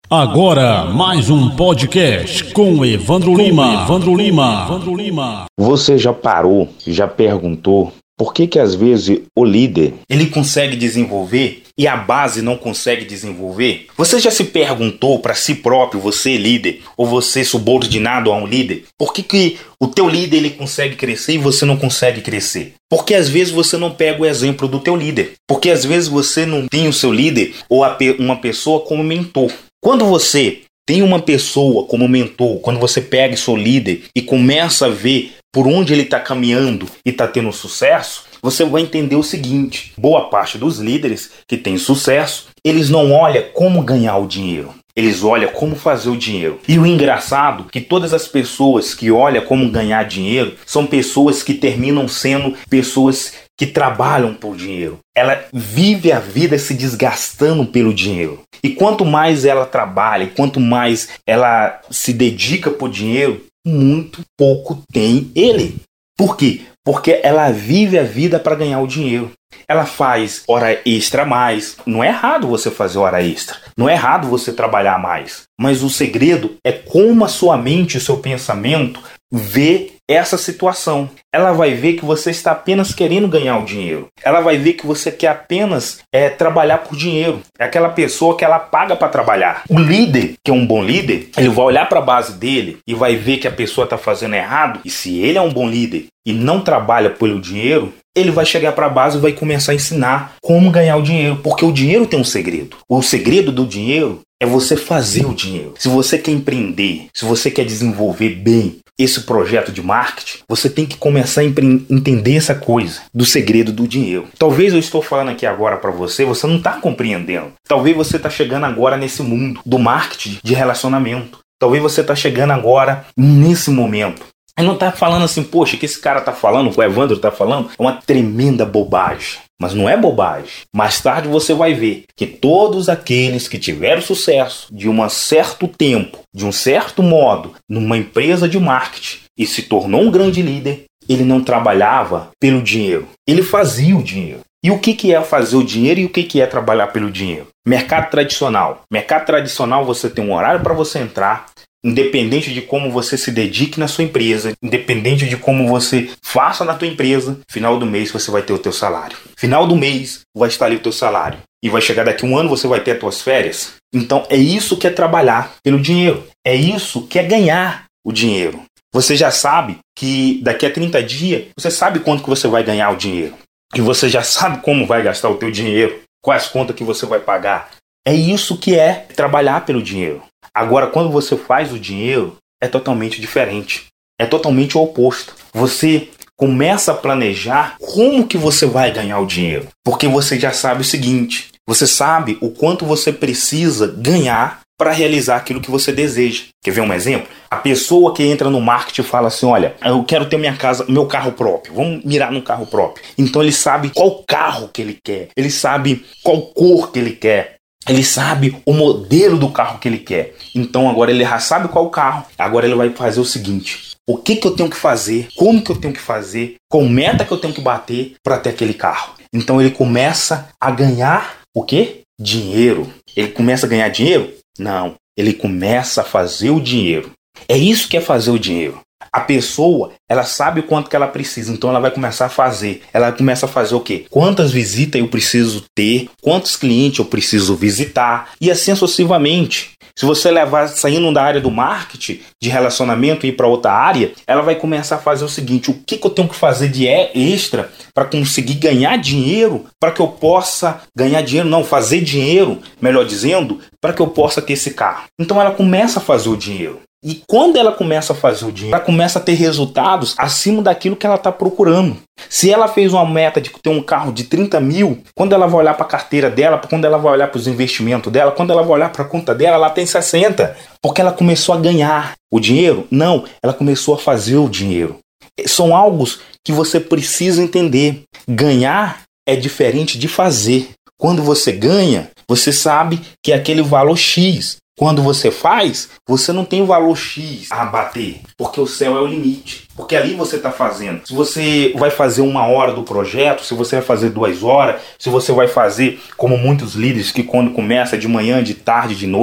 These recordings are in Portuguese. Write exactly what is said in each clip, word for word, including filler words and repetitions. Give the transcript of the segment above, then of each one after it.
Agora, mais um podcast com Evandro Lima. Evandro Lima. Evandro Lima. Você já parou, já perguntou por que que às vezes o líder ele consegue desenvolver e a base não consegue desenvolver? Você já se perguntou para si próprio, você líder, ou você subordinado a um líder, por que que o teu líder ele consegue crescer e você não consegue crescer? Porque às vezes você não pega o exemplo do teu líder. Porque às vezes você não tem o seu líder ou a pe- uma pessoa como mentor. Quando você tem uma pessoa como mentor, quando você pega o seu líder e começa a ver por onde ele está caminhando e está tendo sucesso, você vai entender o seguinte: boa parte dos líderes que têm sucesso, eles não olham como ganhar o dinheiro. Eles olham como fazer o dinheiro. E o engraçado é que todas as pessoas que olham como ganhar dinheiro são pessoas que terminam sendo pessoas que trabalham por dinheiro. Ela vive a vida se desgastando pelo dinheiro. E quanto mais ela trabalha, e quanto mais ela se dedica por dinheiro, muito pouco tem ele. Por quê? Porque ela vive a vida para ganhar o dinheiro. Ela faz hora extra a mais. Não é errado você fazer hora extra. Não é errado você trabalhar mais. Mas o segredo é como a sua mente e o seu pensamento vê essa situação. Ela vai ver que você está apenas querendo ganhar o dinheiro. Ela vai ver que você quer apenas é, trabalhar por dinheiro. É aquela pessoa que ela paga para trabalhar. O líder, que é um bom líder, ele vai olhar para a base dele e vai ver que a pessoa está fazendo errado. E se ele é um bom líder e não trabalha pelo dinheiro, ele vai chegar para a base e vai começar a ensinar como ganhar o dinheiro. Porque o dinheiro tem um segredo. O segredo do dinheiro é você fazer o dinheiro. Se você quer empreender, se você quer desenvolver bem esse projeto de marketing, você tem que começar a empre- entender essa coisa do segredo do dinheiro. Talvez eu estou falando aqui agora para você, você não está compreendendo. Talvez você está chegando agora nesse mundo do marketing de relacionamento. Talvez você está chegando agora nesse momento. Ele não está falando assim, poxa, que esse cara está falando, o Evandro está falando, é uma tremenda bobagem. Mas não é bobagem. Mais tarde você vai ver que todos aqueles que tiveram sucesso de um certo tempo, de um certo modo, numa empresa de marketing e se tornou um grande líder, ele não trabalhava pelo dinheiro. Ele fazia o dinheiro. E o que que é fazer o dinheiro e o que que é trabalhar pelo dinheiro? Mercado tradicional. Mercado tradicional, você tem um horário para você entrar, independente de como você se dedique na sua empresa, independente de como você faça na tua empresa, final do mês você vai ter o teu salário. Final do mês vai estar ali o teu salário. E vai chegar daqui a um ano, você vai ter as tuas férias. Então é isso que é trabalhar pelo dinheiro. É isso que é ganhar o dinheiro. Você já sabe que daqui a trinta dias, você sabe quanto que você vai ganhar o dinheiro. Que você já sabe como vai gastar o teu dinheiro, quais contas que você vai pagar. É isso que é trabalhar pelo dinheiro. Agora, quando você faz o dinheiro, é totalmente diferente. É totalmente o oposto. Você começa a planejar como que você vai ganhar o dinheiro. Porque você já sabe o seguinte, você sabe o quanto você precisa ganhar para realizar aquilo que você deseja. Quer ver um exemplo? A pessoa que entra no marketing fala assim, olha, eu quero ter minha casa, meu carro próprio. Vamos mirar no carro próprio. Então ele sabe qual carro que ele quer. Ele sabe qual cor que ele quer. Ele sabe o modelo do carro que ele quer. Então agora ele já sabe qual carro. Agora ele vai fazer o seguinte. O que que eu tenho que fazer? Como que eu tenho que fazer? Qual meta que eu tenho que bater para ter aquele carro? Então ele começa a ganhar o quê? Dinheiro. Ele começa a ganhar dinheiro? Não. Ele começa a fazer o dinheiro. É isso que é fazer o dinheiro. A pessoa, ela sabe o quanto que ela precisa, então ela vai começar a fazer. Ela começa a fazer o quê? Quantas visitas eu preciso ter? Quantos clientes eu preciso visitar? E assim sucessivamente. Se você levar saindo da área do marketing, de relacionamento e ir para outra área, ela vai começar a fazer o seguinte: o que, que eu tenho que fazer de extra para conseguir ganhar dinheiro, para que eu possa ganhar dinheiro, não, fazer dinheiro, melhor dizendo, para que eu possa ter esse carro. Então ela começa a fazer o dinheiro. E quando ela começa a fazer o dinheiro, ela começa a ter resultados acima daquilo que ela está procurando. Se ela fez uma meta de ter um carro de trinta mil, quando ela vai olhar para a carteira dela, quando ela vai olhar para os investimentos dela, quando ela vai olhar para a conta dela, ela tem sessenta. Porque ela começou a ganhar o dinheiro? Não, ela começou a fazer o dinheiro. São algo que você precisa entender. Ganhar é diferente de fazer. Quando você ganha, você sabe que é aquele valor X. Quando você faz, você não tem o valor X a bater, porque o céu é o limite. Porque ali você está fazendo. Se você vai fazer uma hora do projeto, se você vai fazer duas horas, se você vai fazer como muitos líderes que quando começa de manhã, de tarde, de noite,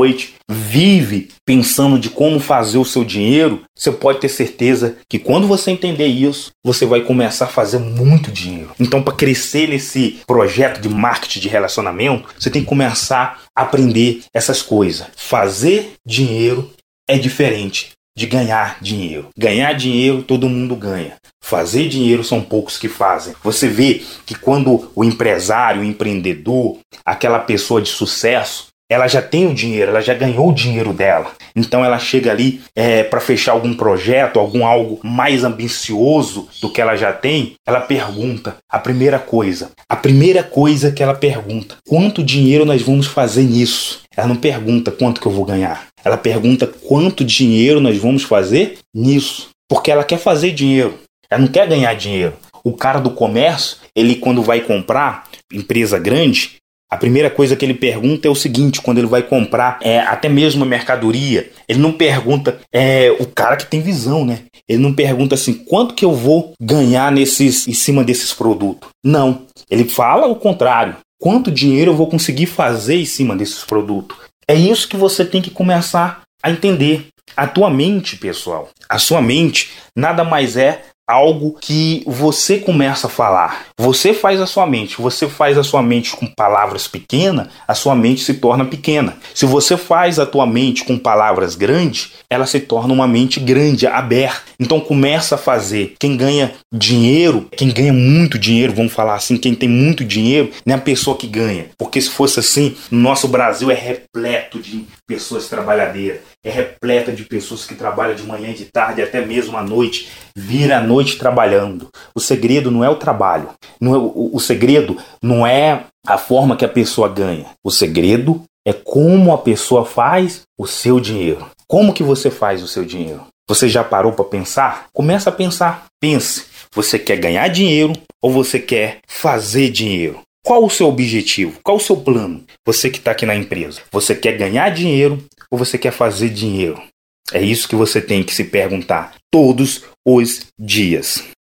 vive pensando de como fazer o seu dinheiro, você pode ter certeza que quando você entender isso, você vai começar a fazer muito dinheiro. Então, para crescer nesse projeto de marketing de relacionamento, você tem que começar a aprender essas coisas. Fazer dinheiro é diferente de ganhar dinheiro. Ganhar dinheiro todo mundo ganha. Fazer dinheiro são poucos que fazem. Você vê que quando o empresário, o empreendedor, aquela pessoa de sucesso, ela já tem o dinheiro, ela já ganhou o dinheiro dela. Então ela chega ali é, para fechar algum projeto, algum algo mais ambicioso do que ela já tem, ela pergunta a primeira coisa. A primeira coisa que ela pergunta: quanto dinheiro nós vamos fazer nisso? Ela não pergunta quanto que eu vou ganhar. Ela pergunta quanto dinheiro nós vamos fazer nisso. Porque ela quer fazer dinheiro. Ela não quer ganhar dinheiro. O cara do comércio, ele quando vai comprar empresa grande, a primeira coisa que ele pergunta é o seguinte: quando ele vai comprar é, até mesmo a mercadoria, ele não pergunta, é, o cara que tem visão, né? Ele não pergunta assim, quanto que eu vou ganhar nesses, em cima desses produtos? Não, ele fala o contrário. Quanto dinheiro eu vou conseguir fazer em cima desses produtos? É isso que você tem que começar a entender. A tua mente, pessoal, a sua mente nada mais é algo que você começa a falar. Você faz a sua mente. Você faz a sua mente com palavras pequenas, a sua mente se torna pequena. Se você faz a tua mente com palavras grandes, ela se torna uma mente grande, aberta. Então começa a fazer. Quem ganha dinheiro, quem ganha muito dinheiro, vamos falar assim, quem tem muito dinheiro, não é a pessoa que ganha. Porque se fosse assim, o nosso Brasil é repleto de pessoas trabalhadeiras. É repleta de pessoas que trabalham de manhã e de tarde, até mesmo à noite, vira a noite trabalhando. O segredo não é o trabalho. Não é, o, o segredo não é a forma que a pessoa ganha. O segredo é como a pessoa faz o seu dinheiro. Como que você faz o seu dinheiro? Você já parou para pensar? Começa a pensar. Pense. Você quer ganhar dinheiro ou você quer fazer dinheiro? Qual o seu objetivo? Qual o seu plano? Você que está aqui na empresa. Você quer ganhar dinheiro ou você quer fazer dinheiro? É isso que você tem que se perguntar todos os dias.